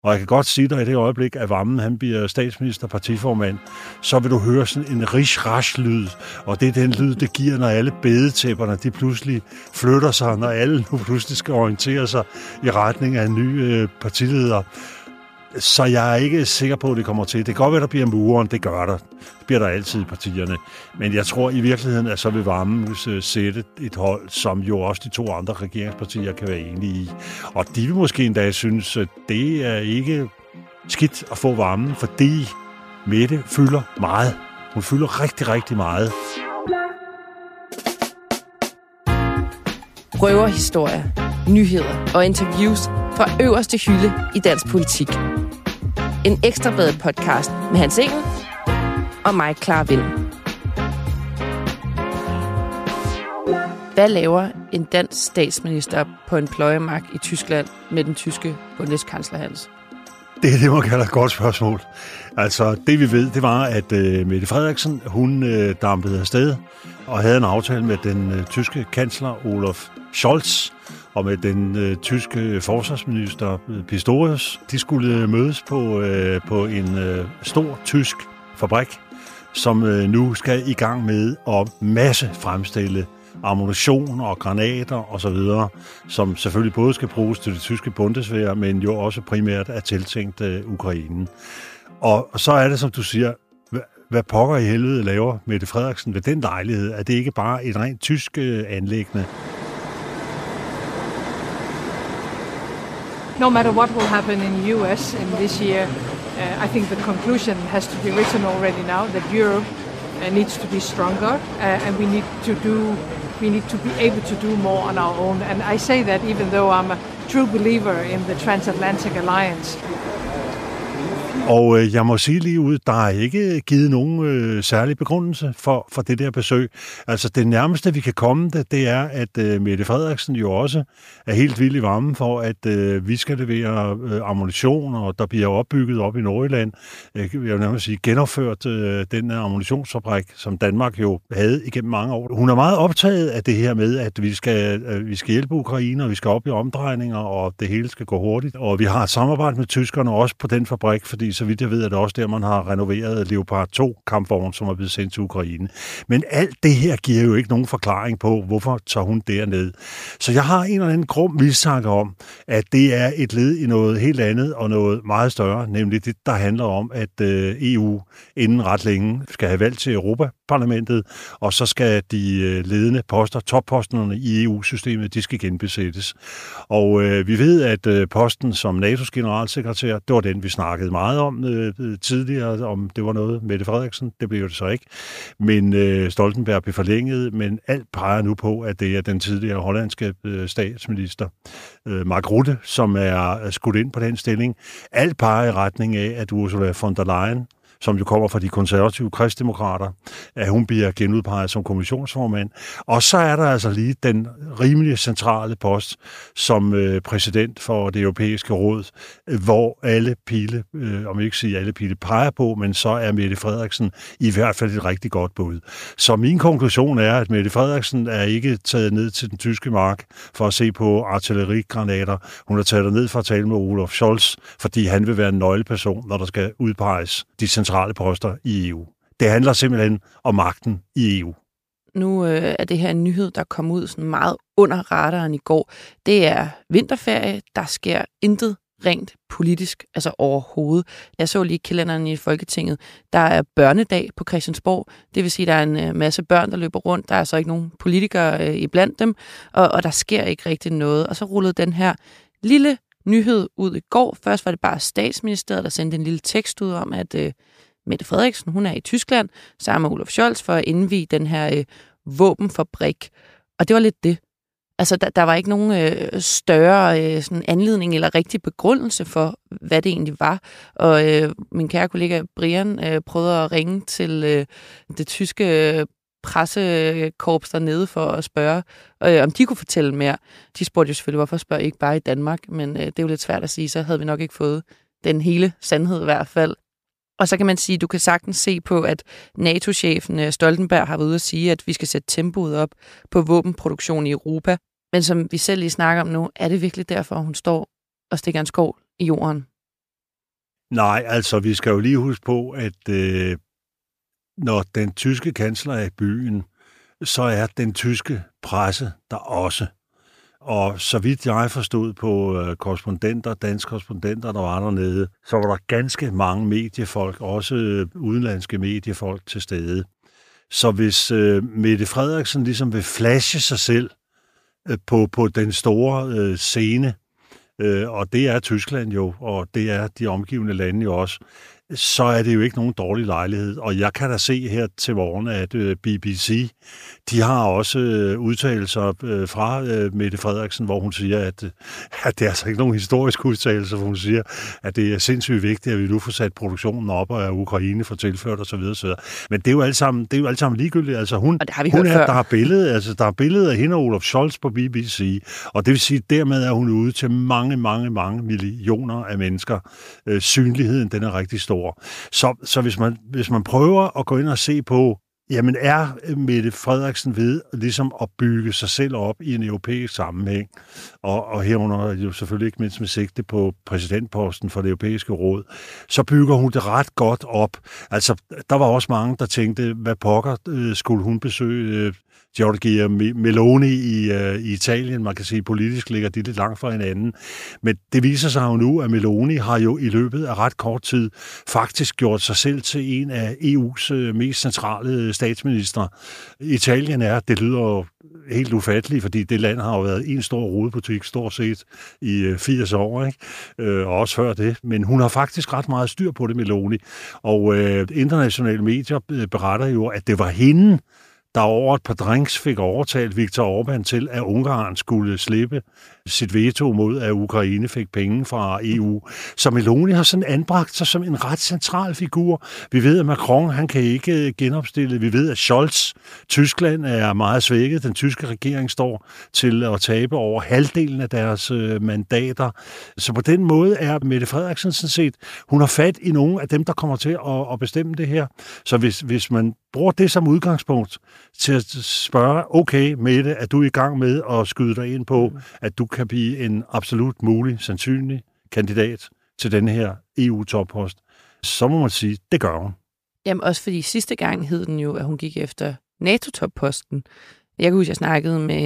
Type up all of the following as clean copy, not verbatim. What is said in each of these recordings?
Og jeg kan godt sige dig i det øjeblik, at Wammen han bliver statsminister og partiformand, så vil du høre sådan en rish-rash-lyd. Og det er den lyd, det giver, når alle bedetæpperne de pludselig flytter sig, når alle nu pludselig skal orientere sig i retning af en ny partileder. Så jeg er ikke sikker på, at det kommer til. Det kan godt være, der bliver muren, det gør der. Det bliver der altid i partierne. Men jeg tror i virkeligheden, at så vil Wammen sætte et hold, som jo også de 2 andre regeringspartier kan være enige i. Og de vil måske endda synes, at det er ikke skidt at få Wammen, fordi Mette fylder meget. Hun fylder rigtig, rigtig meget. Røverhistorier, nyheder og interviews fra øverste hylde i dansk politik. En Ekstrabladet podcast med Hans Engel og mig, Clara Vind. Hvad laver en dansk statsminister på en pløjemark i Tyskland med den tyske bundeskansler Hans? Det er det, man kalder et godt spørgsmål. Altså, det vi ved, det var, at Mette Frederiksen, hun dampede afsted og havde en aftale med den tyske kansler Olaf Scholz og med den tyske forsvarsminister Pistorius. De skulle mødes på en stor tysk fabrik, som nu skal i gang med at masse fremstille ammunition og granater osv., som selvfølgelig både skal bruges til det tyske Bundeswehr, men jo også primært er tiltænkt Ukraine. Og så er det, som du siger, hvad pokker i helvede laver Mette Frederiksen ved den lejlighed? Er det ikke bare et rent tysk anliggende? No matter what will happen in the US in this year, I think the conclusion has to be written already now that Europe needs to be stronger, and we need to be able to do more on our own. And I say that even though I'm a true believer in the transatlantic alliance. Og jeg må sige lige ud, der er ikke givet nogen særlig begrundelse for det der besøg. Altså det nærmeste, vi kan komme det er, at Mette Frederiksen jo også er helt vild i varmen for, at vi skal levere ammunition, og der bliver opbygget op i Nordjylland. Jeg vil nærmest sige genopført den ammunitionsfabrik, som Danmark jo havde igennem mange år. Hun er meget optaget af det her med, at vi skal hjælpe Ukraine, og vi skal op i omdrejninger, og det hele skal gå hurtigt. Og vi har et samarbejde med tyskerne også på den fabrik, fordi så vidt jeg ved, at det også der, man har renoveret Leopard 2-kampvogn, som er blevet sendt til Ukraine. Men alt det her giver jo ikke nogen forklaring på, hvorfor tager hun derned. Så jeg har en eller anden grum mistanke om, at det er et led i noget helt andet og noget meget større, nemlig det, der handler om, at EU inden ret længe skal have valg til Europaparlamentet, og så skal de ledende poster, topposterne i EU-systemet, de skal genbesættes. Og vi ved, at posten som NATO's generalsekretær, det var den, vi snakkede meget om tidligere, om det var noget Mette Frederiksen. Det blev det så ikke. Men Stoltenberg blev forlænget, men alt peger nu på, at det er den tidligere hollandske statsminister, Mark Rutte, som er skudt ind på den stilling. Alt peger i retning af, at Ursula von der Leyen, som jo kommer fra de konservative kristdemokrater, at hun bliver genudpeget som kommissionsformand. Og så er der altså lige den rimelig centrale post som præsident for det europæiske råd, hvor alle pile, om ikke sige alle pile, peger på, men så er Mette Frederiksen i hvert fald et rigtig godt bud. Så min konklusion er, at Mette Frederiksen er ikke taget ned til den tyske mark for at se på artillerigranater. Hun er taget ned for at tale med Olaf Scholz, fordi han vil være en nøgleperson, når der skal udpeges de centrale poster i EU. Det handler simpelthen om magten i EU. Nu er det her en nyhed, der kom ud sådan meget under radaren i går. Det er vinterferie. Der sker intet rent politisk, altså overhovedet. Jeg så lige kalenderen i Folketinget. Der er børnedag på Christiansborg. Det vil sige, at der er en masse børn, der løber rundt. Der er så ikke nogen politikere iblandt dem, og der sker ikke rigtig noget. Og så rullede den her lille nyhed ud i går. Først var det bare statsministeriet, der sendte en lille tekst ud om, at Mette Frederiksen, hun er i Tyskland, sammen med Olaf Scholz, for at indvie den her våbenfabrik. Og det var lidt det. Altså, der var ikke nogen større sådan anledning eller rigtig begrundelse for, hvad det egentlig var. Og min kære kollega Brian prøvede at ringe til det tyske pressekorps dernede for at spørge, om de kunne fortælle mere. De spurgte jo selvfølgelig, hvorfor spørger I ikke bare i Danmark? Men det er jo lidt svært at sige, så havde vi nok ikke fået den hele sandhed i hvert fald. Og så kan man sige, at du kan sagtens se på, at NATO-chefen Stoltenberg har været ude at sige, at vi skal sætte tempoet op på våbenproduktion i Europa. Men som vi selv lige snakker om nu, er det virkelig derfor, hun står og stikker en skål i jorden? Nej, altså vi skal jo lige huske på, at når den tyske kansler er i byen, så er den tyske presse der også. Og så vidt jeg forstod på danske korrespondenter, der var dernede, så var der ganske mange mediefolk, også udenlandske mediefolk til stede. Så hvis Mette Frederiksen ligesom vil flashe sig selv på den store scene, og det er Tyskland jo, og det er de omgivende lande jo også, så er det jo ikke nogen dårlig lejlighed. Og jeg kan da se her til morgen, at BBC, de har også udtalelser fra Mette Frederiksen, hvor hun siger, at det er altså ikke nogen historisk udtalelse, hvor hun siger, at det er sindssygt vigtigt, at vi nu får sat produktionen op, og at Ukraine får tilført osv. Men det er jo alt sammen ligegyldigt. Altså der er billeder af hende og Olaf Scholz på BBC, og det vil sige, dermed er hun ude til mange, mange, mange millioner af mennesker. Synligheden, den er rigtig stor. Så hvis man prøver at gå ind og se på, jamen er Mette Frederiksen ved ligesom at bygge sig selv op i en europæisk sammenhæng, og herunder jo selvfølgelig ikke mindst med sigte på præsidentposten for det europæiske råd, så bygger hun det ret godt op. Altså, der var også mange, der tænkte, hvad pokker skulle hun besøge Giorgia Meloni i Italien. Man kan sige, politisk ligger de lidt langt fra hinanden. Men det viser sig jo nu, at Meloni har jo i løbet af ret kort tid faktisk gjort sig selv til en af EU's mest centrale statsministre. Italien det lyder jo helt ufatteligt, fordi det land har jo været en stor rodebutik, stort set i 80 år, ikke? Og også før det. Men hun har faktisk ret meget styr på det, Meloni. Og internationale medier beretter jo, at det var hende, der over et par drinks fik overtalt Viktor Orbán til, at Ungarn skulle slippe sit veto mod, at Ukraine fik penge fra EU. Så Meloni har sådan anbragt sig som en ret central figur. Vi ved, at Macron, han kan ikke genopstille. Vi ved, at Scholz, Tyskland, er meget svækket. Den tyske regering står til at tabe over halvdelen af deres mandater. Så på den måde er Mette Frederiksen sådan set, hun har fat i nogle af dem, der kommer til at bestemme det her. Så hvis man bruger det som udgangspunkt til at spørge, okay, Mette, er du i gang med at skyde dig ind på, at du kan blive en absolut mulig, sandsynlig kandidat til denne her EU-toppost, så må man sige, det gør hun. Jamen også fordi sidste gang hed den jo, at hun gik efter NATO-topposten. Jeg kan huske, at jeg snakkede med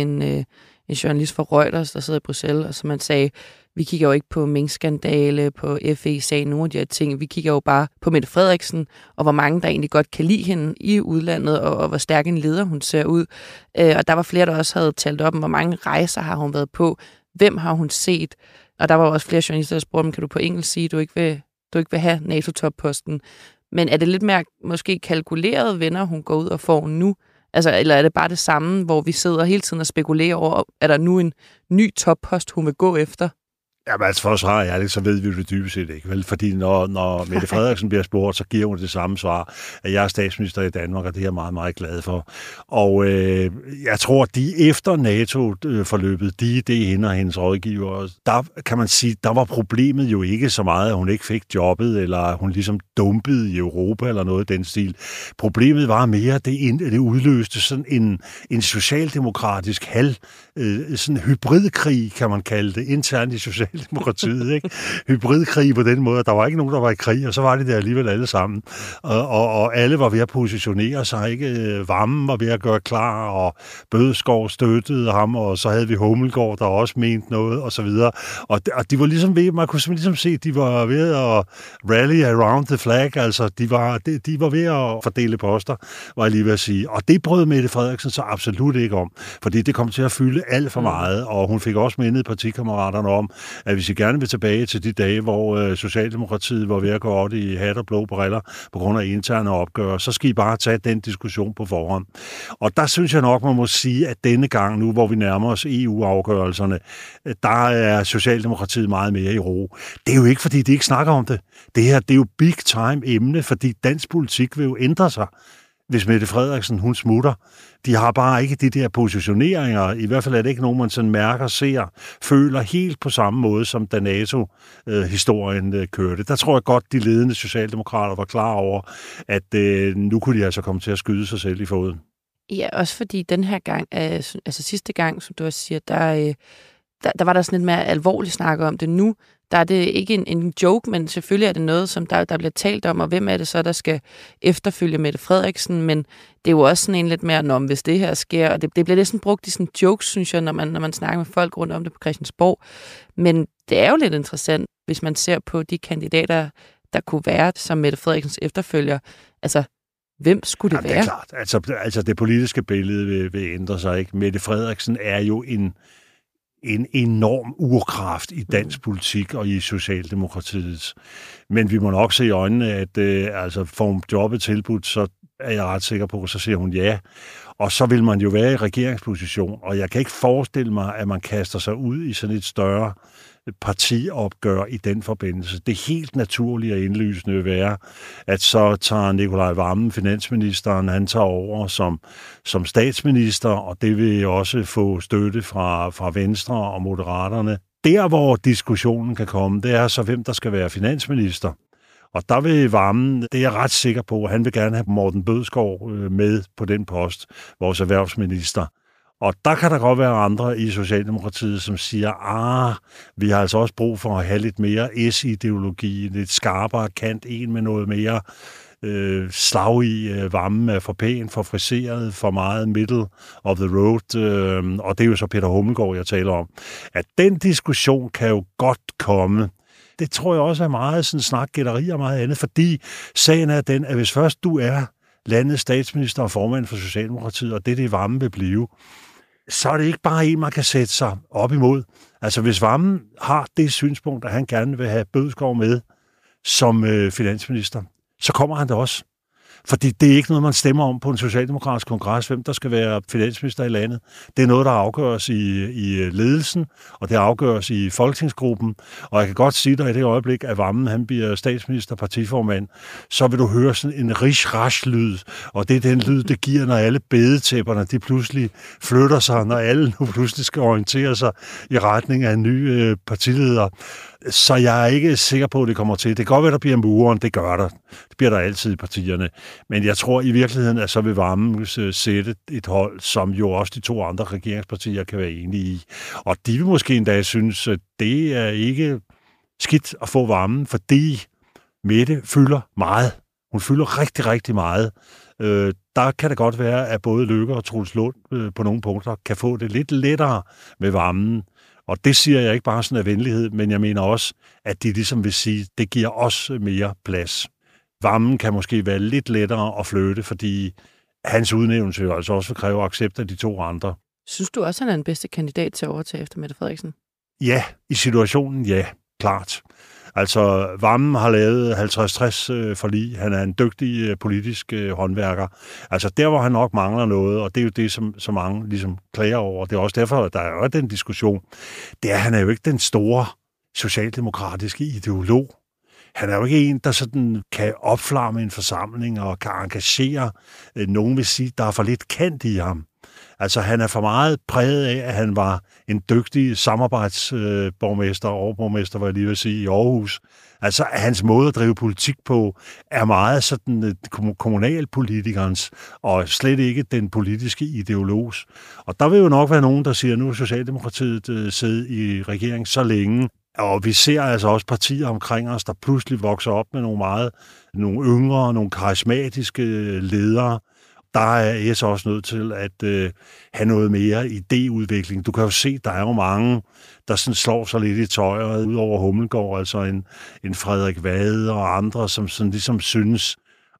en journalist fra Reuters, der sidder i Bruxelles, og som man sagde, vi kigger jo ikke på minkskandale, på FE-sagen, nogle af de her ting. Vi kigger jo bare på Mette Frederiksen, og hvor mange, der egentlig godt kan lide hende i udlandet, og hvor stærk en leder hun ser ud. Og der var flere, der også havde talt op om, hvor mange rejser har hun været på, hvem har hun set. Og der var også flere journalister, der spurgte, kan du på engelsk sige, du ikke vil have NATO-topposten. Men er det lidt mere måske kalkulerede venner, hun går ud og får nu? Altså, eller er det bare det samme, hvor vi sidder hele tiden og spekulerer over, er der nu en ny toppost, hun vil gå efter? Jamen, altså for at svare ærligt, så ved vi det dybest set ikke, vel? Fordi når Mette Frederiksen bliver spurgt, så giver hun det samme svar, at jeg er statsminister i Danmark, og det er jeg meget, meget glad for. Og jeg tror, at de efter NATO-forløbet, det er hende og hendes rådgiver, der kan man sige, der var problemet jo ikke så meget, at hun ikke fik jobbet, eller at hun ligesom dumpede i Europa, eller noget i den stil. Problemet var mere, at det udløste sådan en socialdemokratisk sådan hybridkrig, kan man kalde det, internt i Socialdemokratiet, ikke? Hybridkrig på den måde, der var ikke nogen, der var i krig, og så var det der alligevel alle sammen. Og alle var ved at positionere sig, ikke? Vammen var ved at gøre klar, og Bødskov støttede ham, og så havde vi Hummelgaard, der også mente noget, og så videre. Og de var ligesom ved, man kunne ligesom se, de var ved at rally around the flag, altså de var ved at fordele poster, var jeg lige ved at sige. Og det brød Mette Frederiksen så absolut ikke om, fordi det kom til at fylde alt for meget, og hun fik også mindet partikammeraterne om, at hvis I gerne vil tilbage til de dage, hvor Socialdemokratiet var ved at gå op i hat og blå briller på grund af interne opgør, så skal I bare tage den diskussion på forhånd. Og der synes jeg nok, man må sige, at denne gang nu, hvor vi nærmer os EU-afgørelserne, der er Socialdemokratiet meget mere i ro. Det er jo ikke, fordi de ikke snakker om det. Det her, det er jo big time emne, fordi dansk politik vil jo ændre sig, hvis Mette Frederiksen, hun smutter. De har bare ikke de der positioneringer. I hvert fald er det ikke nogen, man sådan mærker, ser, føler helt på samme måde, som da NATO-historien kørte. Der tror jeg godt, de ledende socialdemokrater var klar over, at nu kunne de altså komme til at skyde sig selv i foden. Ja, også fordi den her gang, altså sidste gang, som du også siger, der var der sådan lidt mere alvorligt snak om det. Nu der er det ikke en joke, men selvfølgelig er det noget, som der bliver talt om, og hvem er det så, der skal efterfølge Mette Frederiksen, men det er jo også sådan en lidt mere, om hvis det her sker, og det bliver næsten brugt i sådan jokes, synes jeg, når man snakker med folk rundt om det på Christiansborg. Men det er jo lidt interessant, hvis man ser på de kandidater, der kunne være som Mette Frederiksens efterfølger. Altså, hvem skulle det være? Det er klart. Altså det politiske billede vil ændre sig, ikke? Mette Frederiksen er jo en enorm urkraft i dansk politik og i Socialdemokratiets. Men vi må nok se i øjnene, at får hun jobbet tilbudt, så er jeg ret sikker på, så siger hun ja. Og så vil man jo være i regeringsposition, og jeg kan ikke forestille mig, at man kaster sig ud i sådan et større partiopgør i den forbindelse. Det helt naturlige og indlysende vil være, at så tager Nicolai Wammen, finansministeren, han tager over som statsminister, og det vil også få støtte fra Venstre og Moderaterne. Der, hvor diskussionen kan komme, det er så, hvem der skal være finansminister. Og der vil Wammen, det er jeg ret sikker på, han vil gerne have Morten Bødskov med på den post, vores erhvervsminister. Og der kan der godt være andre i Socialdemokratiet, som siger, vi har altså også brug for at have lidt mere S-ideologi, lidt skarpere kant, en med noget mere slag i. Wammen er for pæn, for friseret, for meget middle of the road, og det er jo så Peter Hummelgaard, jeg taler om. At den diskussion kan jo godt komme. Det tror jeg også er meget sådan snak, gætteri og meget andet, fordi sagen er den, at hvis først du er landets statsminister og formand for Socialdemokratiet, og det Wammen vil blive, så er det ikke bare en, man kan sætte sig op imod. Altså hvis Wammen har det synspunkt, at han gerne vil have Bødskov med som finansminister, så kommer han da også. Fordi det er ikke noget, man stemmer om på en socialdemokratisk kongres, hvem der skal være finansminister i landet. Det er noget, der afgøres i ledelsen, og det afgøres i folketingsgruppen. Og jeg kan godt sige dig i det øjeblik, at Wammen han bliver statsminister, partiformand, så vil du høre sådan en rish-rash-lyd. Og det er den lyd, det giver, når alle bedetæpperne, de pludselig flytter sig, når alle nu pludselig skal orientere sig i retning af en ny partileder. Så jeg er ikke sikker på, at det kommer til. Det kan godt være, der bliver muren. Det gør der. Det bliver der altid i partierne. Men jeg tror i virkeligheden, at så vil Wammen sætte et hold, som jo også de to andre regeringspartier kan være enige i. Og de vil måske endda synes, at det er ikke skidt at få Wammen, fordi Mette fylder meget. Hun fylder rigtig, rigtig meget. Der kan det godt være, at både Løkke og Troels Lund på nogle punkter kan få det lidt lettere med Wammen. Og det siger jeg ikke bare sådan af venlighed, men jeg mener også, at de ligesom vil sige, at det giver os mere plads. Wammen kan måske være lidt lettere at flytte, fordi hans udnævnelse altså også vil kræve accept af de to andre. Synes du også, han er den bedste kandidat til at overtage efter Mette Frederiksen? Ja, i situationen ja, klart. Altså, Wammen har lavet 50-60 forlig. Han er en dygtig politisk håndværker. Altså, der hvor han nok mangler noget, og det er jo det, som mange ligesom klager over. Det er også derfor, at der er den diskussion. Det er, han er jo ikke den store socialdemokratiske ideolog. Han er jo ikke en, der sådan kan opflamme en forsamling og kan engagere. Nogen vil sige, der er for lidt kant i ham. Altså, han er for meget præget af, at han var en dygtig samarbejdsborgmester, overborgmester, var jeg lige vil sige, i Aarhus. Altså, hans måde at drive politik på er meget sådan kommunalpolitikernes, og slet ikke den politiske ideologs. Og der vil jo nok være nogen, der siger, nu er Socialdemokratiet siddet i regeringen så længe, og vi ser altså også partier omkring os, der pludselig vokser op med nogle yngre, nogle karismatiske ledere. Der er så også nødt til at have noget mere idéudvikling. Du kan jo se, der er jo mange, der sådan slår sig lidt i tøjet ud over Hummelgaard, altså en Frederik Wade og andre, som sådan ligesom synes,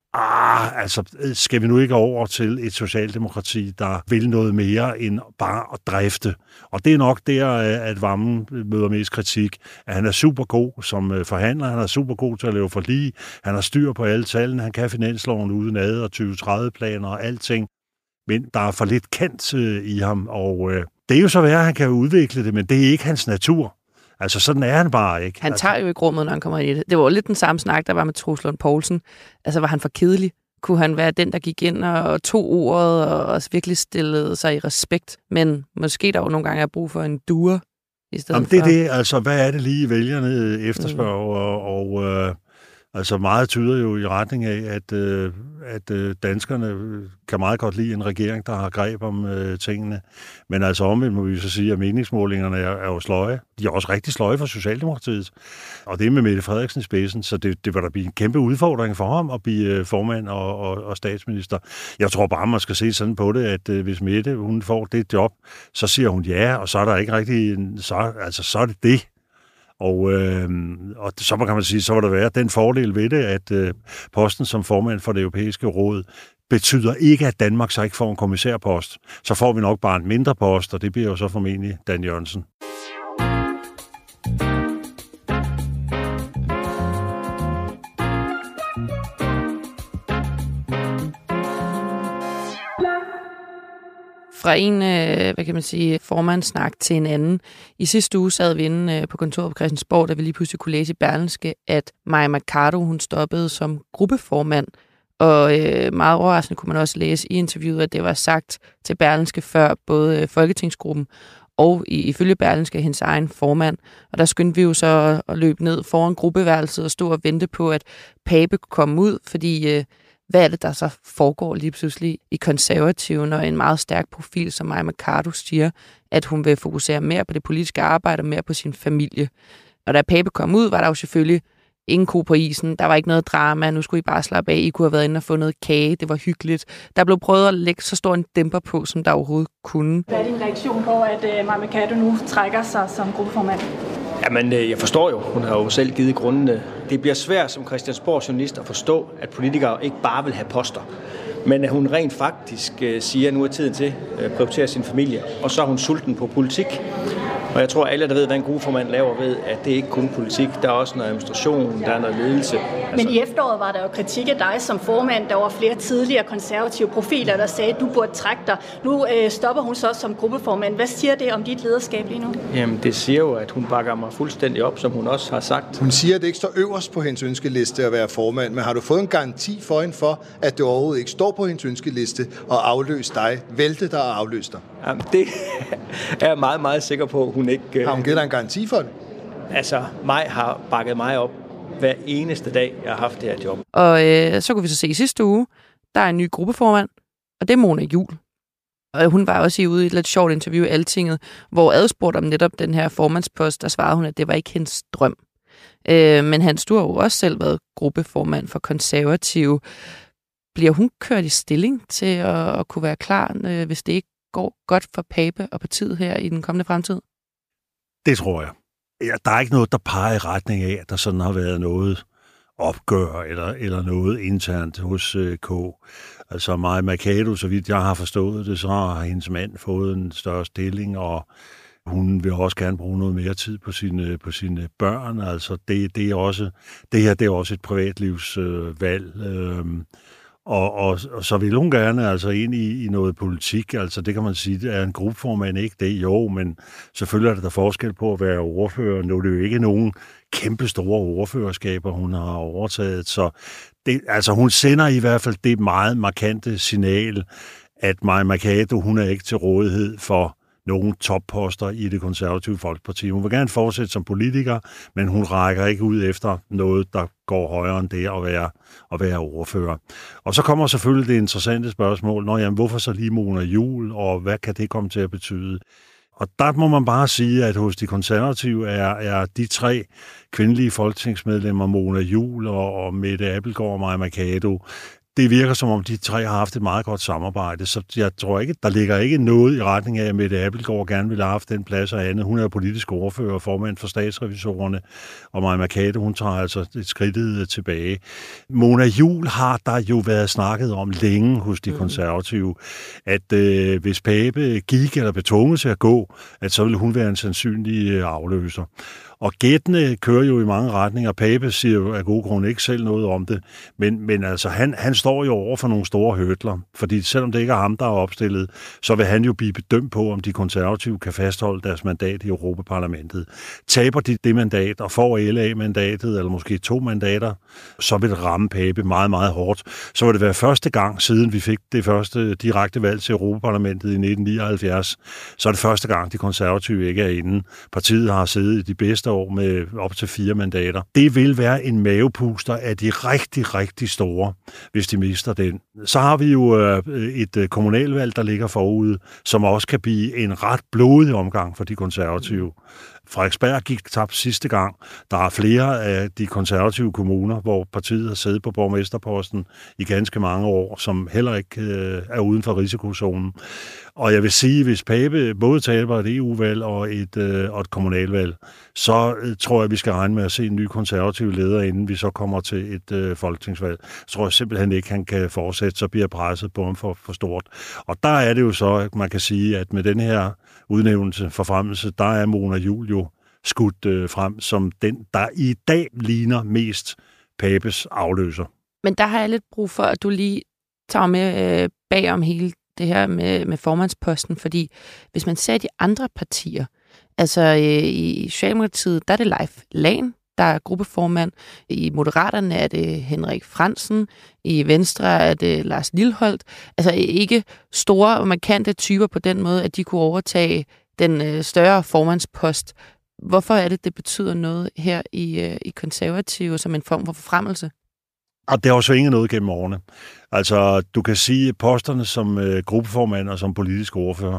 altså skal vi nu ikke over til et socialdemokrati, der vil noget mere end bare at drifte. Og det er nok der, at Wammen møder mest kritik, at han er super god som forhandler, han er super god til at lave forlig, han har styr på alle tallene, han kan finansloven udenad og 2030-planer og alting, men der er for lidt kant i ham, og det er jo så værd, at han kan udvikle det, men det er ikke hans natur. Altså, sådan er han bare ikke. Han tager jo ikke rummet, når han kommer ind i det. Det var lidt den samme snak, der var med Troels Lund Poulsen. Altså, var han for kedelig? Kunne han være den, der gik ind og tog ordet og også virkelig stillede sig i respekt? Men måske der jo nogle gange er brug for en duer i stedet for. Det er det. Altså, hvad er det lige vælgerne efterspørger? Altså meget tyder jo i retning af, at danskerne kan meget godt lide en regering, der har greb om tingene. Men altså omvendt må vi så sige, at meningsmålingerne er jo sløje. De er også rigtig sløje for Socialdemokratiet. Og det er med Mette Frederiksen i spidsen, så det vil der blive en kæmpe udfordring for ham at blive formand og statsminister. Jeg tror bare, man skal se sådan på det, at hvis Mette hun får det job, så siger hun ja, og så er der ikke rigtig... Så er det det. Og så kan man sige, så vil der være den fordel ved det, at posten som formand for det europæiske råd betyder ikke, at Danmark så ikke får en kommissærpost. Så får vi nok bare en mindre post, og det bliver jo så formentlig Dan Jørgensen. Fra en, formandssnak til en anden. I sidste uge sad vi inde på kontoret på Christiansborg, da vi lige pludselig kunne læse i Berlingske, at Mai Mercado, hun stoppede som gruppeformand. Og meget overraskende kunne man også læse i interviewet, at det var sagt til Berlingske før både Folketingsgruppen og ifølge Berlingske hendes egen formand. Og der skyndte vi jo så at løbe ned foran gruppeværelset og stå og vente på, at Pape kunne komme ud, fordi... Hvad er det, der så foregår lige pludselig i Konservative, når en meget stærk profil som Mai Mercado siger, at hun vil fokusere mere på det politiske arbejde og mere på sin familie? Og da Pape kom ud, var der jo selvfølgelig ingen ko på isen. Der var ikke noget drama. Nu skulle I bare slappe af. I kunne have været inde og få noget kage. Det var hyggeligt. Der blev prøvet at lægge så stor en dæmper på, som der overhovedet kunne. Hvad er din reaktion på, at Mai Mercado nu trækker sig som gruppeformand? Jamen, jeg forstår jo. Hun har jo selv givet grundene. Det bliver svært som Christiansborg journalist at forstå, at politikere ikke bare vil have poster. Men at hun rent faktisk siger, at nu er tiden til at prioritere sin familie. Og så er hun sulten på politik. Og jeg tror, alle, der ved, hvad en gruppeformand laver, ved, at det ikke kun politik. Der er også noget administration, der er noget ledelse. Men i efteråret var der jo kritik af dig som formand. Der var flere tidligere konservative profiler, der sagde, at du burde trække dig. Nu stopper hun så som gruppeformand. Hvad siger det om dit lederskab lige nu? Jamen, det siger jo, at hun bakker mig fuldstændig op, som hun også har sagt. Hun siger, at det ikke står øverst på hendes ønskeliste at være formand. Men har du fået en garanti for hende for, at det overhovedet ikke står på hendes ønskeliste og afløse dig? Vælte dig og afløse dig? Jamen, det er jeg meget, meget sikker på, hun ikke... Har hun givet dig en garanti for det? Altså, mig har bakket mig op hver eneste dag, jeg har haft det her job. Og så kunne vi så se i sidste uge, der er en ny gruppeformand, og det er Mona Juul. Og hun var også ude i et lidt sjovt interview i Altinget, hvor adspurgt om netop den her formandspost, der svarede hun, at det var ikke hendes drøm. Men Hans, du har jo også selv været gruppeformand for Konservative. Bliver hun kørt i stilling til at kunne være klar, hvis det ikke går godt for Pape og partiet her i den kommende fremtid? Det tror jeg. Der er ikke noget, der peger i retning af, at der sådan har været noget opgør eller noget internt hos K. Altså Mai Mercado, så vidt jeg har forstået det, så har hendes mand fået en større stilling, og hun vil også gerne bruge noget mere tid på sine børn. Altså det er også et privatlivsvalg. Og så vil hun gerne altså ind i noget politik, altså det kan man sige, det er en gruppeformand, ikke det? Jo, men selvfølgelig er der forskel på at være ordfører. Nu er det jo ikke nogen kæmpe store ordførerskaber, hun har overtaget, så hun sender i hvert fald det meget markante signal, at Mai Mercado, hun er ikke til rådighed for nogle topposter i det konservative Folkeparti. Hun vil gerne fortsætte som politiker, men hun rækker ikke ud efter noget, der går højere end det at være ordfører. Og så kommer selvfølgelig det interessante spørgsmål, hvorfor så lige Mona Juul, og hvad kan det komme til at betyde? Og der må man bare sige, at hos de konservative er de 3 kvindelige folketingsmedlemmer, Mona Juul og Mette Abildgaard og Mai Mercado, det virker som om de 3 har haft et meget godt samarbejde, så jeg tror ikke, der ligger ikke noget i retning af, at Mette Abildgaard gerne ville have haft den plads og andet. Hun er politisk ordfører og formand for statsrevisorerne, og Mai Mercado, hun tager altså et skridt tilbage. Mona Juul har der jo været snakket om længe hos de konservative, at hvis Pape gik eller betvunget til at gå, at så ville hun være en sandsynlig afløser. Og gættene kører jo i mange retninger. Pape siger jo af gode grunde ikke selv noget om det, men altså han står jo over for nogle store hurdler, fordi selvom det ikke er ham, der er opstillet, så vil han jo blive bedømt på, om de konservative kan fastholde deres mandat i Europaparlamentet. Taber de det mandat og får LA-mandatet, eller måske 2 mandater, så vil det ramme Pape meget, meget hårdt. Så vil det være første gang, siden vi fik det første direkte valg til Europaparlamentet i 1979, så er det første gang, de konservative ikke er inde. Partiet har siddet i de bedste år med op til 4 mandater. Det vil være en mavepuster af de rigtig, rigtig store, hvis de mister den. Så har vi jo et kommunalvalg, der ligger forude, som også kan blive en ret blodig omgang for de konservative. Frederiksberg gik tabt sidste gang. Der er flere af de konservative kommuner, hvor partiet har siddet på borgmesterposten i ganske mange år, som heller ikke er uden for risikozonen. Og jeg vil sige, hvis Pape både taber et EU-valg og et kommunalvalg, så tror jeg, vi skal regne med at se en ny konservativ leder, inden vi så kommer til et folketingsvalg. Så tror jeg simpelthen ikke, han kan fortsætte, så bliver presset på ham for stort. Og der er det jo så, at man kan sige, at med den her udnævnelse, forfremmelse, der er Mona Juul jo skudt frem som den, der i dag ligner mest Papes afløser. Men der har jeg lidt brug for, at du lige tager med bag om hele det her med formandsposten, fordi hvis man ser de andre partier, altså i Socialdemokratiet, der er det Leif Lahn, der er gruppeformand. I Moderaterne er det Henrik Frandsen. I Venstre er det Lars Lilholt. Altså ikke store og markante typer på den måde, at de kunne overtage den større formandspost. Hvorfor er det betyder noget her i konservative som en form for forfremmelse? Og det har jo svinget noget gennem årene. Altså, du kan sige, at posterne som gruppeformand og som politisk ordfører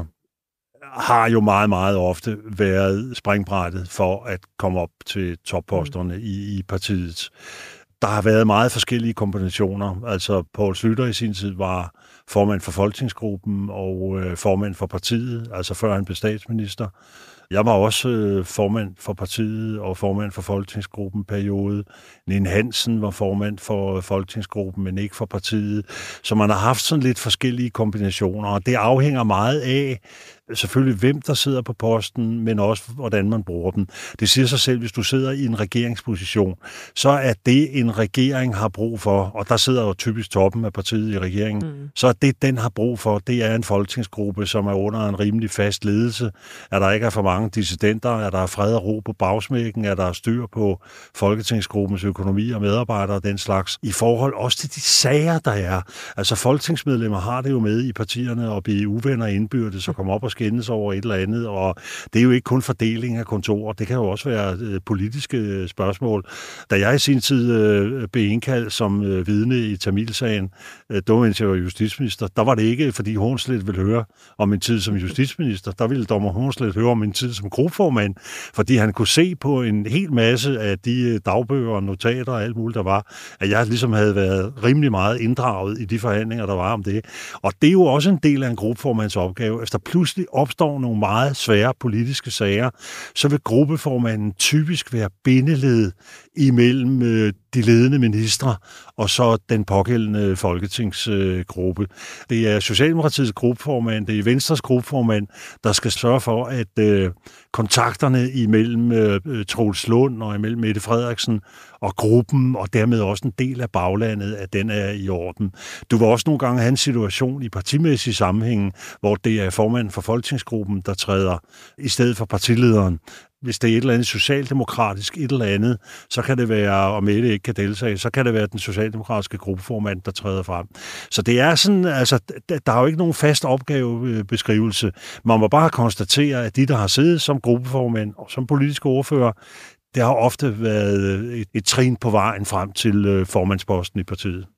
har jo meget, meget ofte været springbrættet for at komme op til topposterne i partiet. Der har været meget forskellige kombinationer. Altså, Poul Schlüter i sin tid var formand for folketingsgruppen og formand for partiet, altså før han blev statsminister. Jeg var også formand for partiet og formand for folketingsgruppen periode. Nien Hansen var formand for folketingsgruppen, men ikke for partiet. Så man har haft sådan lidt forskellige kombinationer, og det afhænger meget af, selvfølgelig hvem der sidder på posten, men også hvordan man bruger dem. Det siger sig selv, hvis du sidder i en regeringsposition, så er det, en regering har brug for, og der sidder jo typisk toppen af partiet i regeringen, så det, den har brug for, det er en folketingsgruppe, som er under en rimelig fast ledelse. At der ikke er for mange dissidenter, at der er fred og ro på bagsmækken, at der er styr på folketingsgruppens økonomi og medarbejdere og den slags. I forhold også til de sager, der er. Altså folketingsmedlemmer har det jo med i partierne og blive uvenner indbyrdes og komme op og skændes over et eller andet, og det er jo ikke kun fordeling af kontorer, det kan jo også være politiske spørgsmål. Da jeg i sin tid blev indkaldt som vidne i Tamilsagen, mens jeg var justitsminister, der var det ikke, fordi Hornslet ville høre om min tid som justitsminister, der ville dommer Hornslet høre om min tid som gruppeformand, fordi han kunne se på en hel masse af de dagbøger og notater og alt muligt, der var, at jeg ligesom havde været rimelig meget inddraget i de forhandlinger, der var om det. Og det er jo også en del af en gruppeformands opgave. Efter pludselig opstår nogle meget svære politiske sager, så vil gruppeformanden typisk være bindeled imellem de ledende ministre og så den pågældende folketingsgruppe. Det er Socialdemokratiets gruppeformand, det er Venstres gruppeformand, der skal sørge for, at kontakterne imellem Troels Lund og imellem Mette Frederiksen og gruppen, og dermed også en del af baglandet, at den er i orden. Du vil også nogle gange have en situation i partimæssig sammenhæng, hvor det er formanden for folketingsgruppen, der træder i stedet for partilederen. Hvis det er et eller andet socialdemokratisk et eller andet, så kan det være, og Mette ikke kan deltage, så kan det være den socialdemokratiske gruppeformand, der træder frem. Så det er sådan, altså, der er jo ikke nogen fast opgavebeskrivelse. Man må bare konstatere, at de, der har siddet som gruppeformand og som politiske ordfører, det har ofte været et trin på vejen frem til formandsposten i partiet.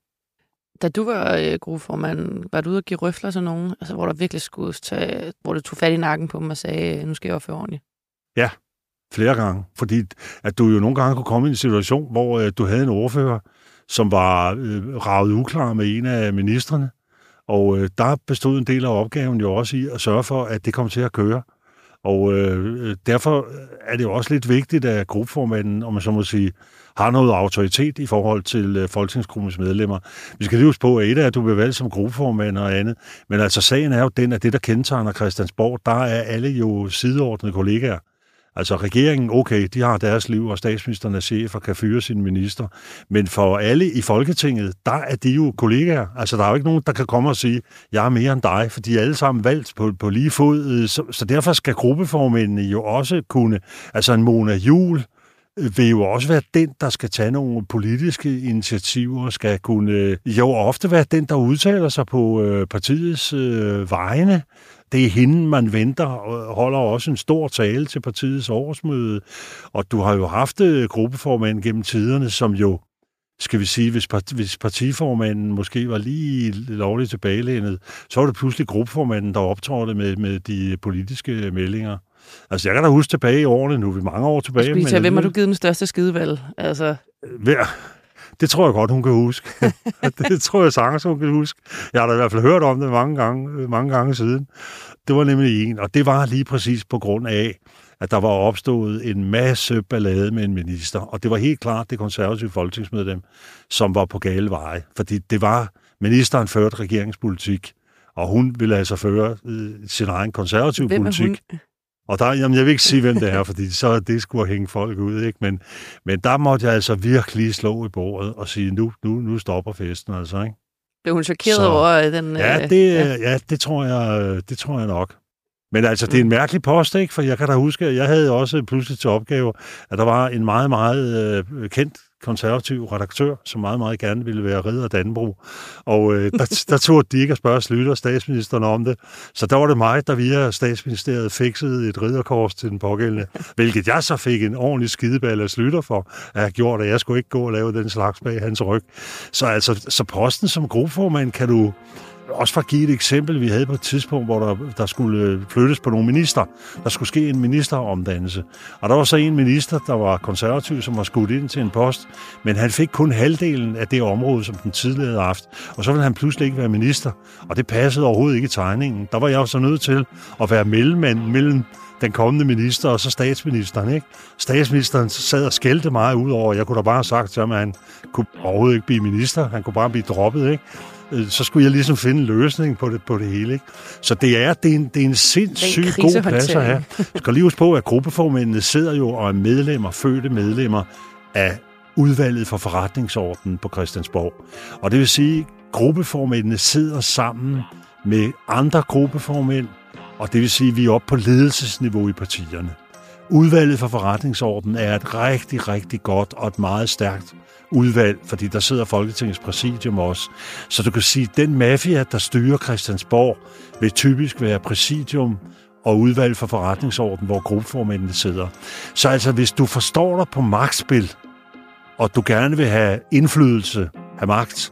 Da du var gruppeformand, var du ude og give røfler til nogen, altså, hvor der virkelig skulle tage, hvor du tog fat i nakken på dem og sagde, nu skal jeg opføre ordentligt? Ja, flere gange. Fordi at du jo nogle gange kunne komme i en situation, hvor du havde en ordfører, som var raget uklar med en af ministrene, og der bestod en del af opgaven jo også i at sørge for, at det kom til at køre. Og derfor er det jo også lidt vigtigt, at gruppeformanden, om man så må sige, har noget autoritet i forhold til folketingsgruppens medlemmer. Vi skal lige huske på, at et af at du bliver valgt som gruppeformand og andet, men altså sagen er jo den, at det, der kendetegner Christiansborg, der er alle jo sideordnede kollegaer. Altså regeringen, okay, de har deres liv, og statsministeren er chef og kan fyre sine minister. Men for alle i Folketinget, der er de jo kollegaer. Altså der er jo ikke nogen, der kan komme og sige, jeg er mere end dig, for de er alle sammen valgt på lige fod. Så derfor skal gruppeformændene jo også kunne, altså en Mona Juul, vil jo også være den, der skal tage nogle politiske initiativer, skal kunne jo ofte være den, der udtaler sig på partiets vegne. Det er hende, man venter, og holder også en stor tale til partiets årsmøde. Og du har jo haft gruppeformænd gennem tiderne, som jo, skal vi sige, hvis partiformanden måske var lige lovligt tilbagelænet, så var det pludselig gruppeformanden, der optrådte med de politiske meldinger. Altså, jeg kan da huske tilbage i årene, nu er vi mange år tilbage. Hvem har du givet den største skidevalg? Altså... Det tror jeg godt, hun kan huske. Det tror jeg sagtens, hun kan huske. Jeg har da i hvert fald hørt om det mange gange siden. Det var nemlig en, og det var lige præcis på grund af, at der var opstået en masse ballade med en minister. Og det var helt klart det konservative folketingsmedlem, som var på gale veje. Fordi det var, ministeren førte regeringspolitik, og hun ville altså føre sin egen konservative politik. Og der, jeg vil ikke sige, hvem det er, fordi så det skulle hænge folk ud, ikke? Men der måtte jeg altså virkelig slå i bordet og sige, nu stopper festen, altså, ikke? Blev hun chokeret over den... Det tror jeg nok. Men altså, det er en mærkelig post, ikke? For jeg kan da huske, at jeg havde også pludselig til opgave, at der var en meget, meget kendt konservativ redaktør, som meget, meget gerne ville være ridder Dannebrog. Og der tog de ikke at spørge Schlüter, statsministeren, om det. Så der var det mig, der via statsministeriet fiksede et ridderkors til den pågældende, hvilket jeg så fik en ordentlig skideball af Schlüter for at have gjort, at jeg skulle ikke gå og lave den slags bag hans ryg. Så posten som gruppeformand kan du... Også for at give et eksempel, vi havde på et tidspunkt, hvor der skulle flyttes på nogle minister. Der skulle ske en ministeromdannelse. Og der var så en minister, der var konservativ, som var skudt ind til en post, men han fik kun halvdelen af det område, som den tidligere havde haft. Og så ville han pludselig ikke være minister, og det passede overhovedet ikke i tegningen. Der var jeg jo så nødt til at være mellemmand mellem den kommende minister og så statsministeren, ikke? Statsministeren sad og skældte meget ud over. Jeg kunne da bare have sagt til ham, at han kunne overhovedet ikke blive minister. Han kunne bare blive droppet, ikke? Så skulle jeg ligesom finde en løsning på det hele, ikke? Så det er en sindssygt god plads at have. Jeg skal lige huske på, at gruppeformændene sidder jo og er fødte medlemmer af udvalget for forretningsordenen på Christiansborg. Og det vil sige, at gruppeformændene sidder sammen med andre gruppeformænd, og det vil sige, at vi er oppe på ledelsesniveau i partierne. Udvalget for forretningsordenen er et rigtig, rigtig godt og et meget stærkt udvalg, fordi der sidder Folketingets præsidium også. Så du kan sige, at den mafia, der styrer Christiansborg, vil typisk være præsidium og udvalg for forretningsordenen, hvor gruppeformændene sidder. Så altså, hvis du forstår dig på magtspil, og du gerne vil have indflydelse, have magt,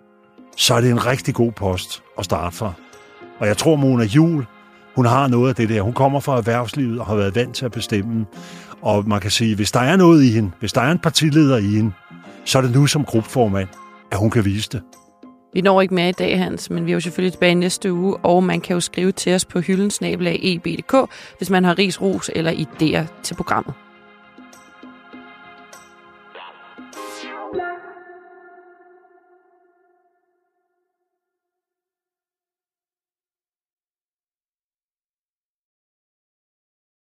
så er det en rigtig god post at starte fra. Og jeg tror, Mona Juul, hun har noget af det der. Hun kommer fra erhvervslivet og har været vant til at bestemme. Og man kan sige, hvis der er noget i hende, hvis der er en partileder i hende, så er det nu som gruppeformand, at hun kan vise det. Vi når ikke mere i dag, Hans, men vi er jo selvfølgelig tilbage næste uge, og man kan jo skrive til os på hylden@eb.dk, hvis man har ris, ros eller idéer til programmet.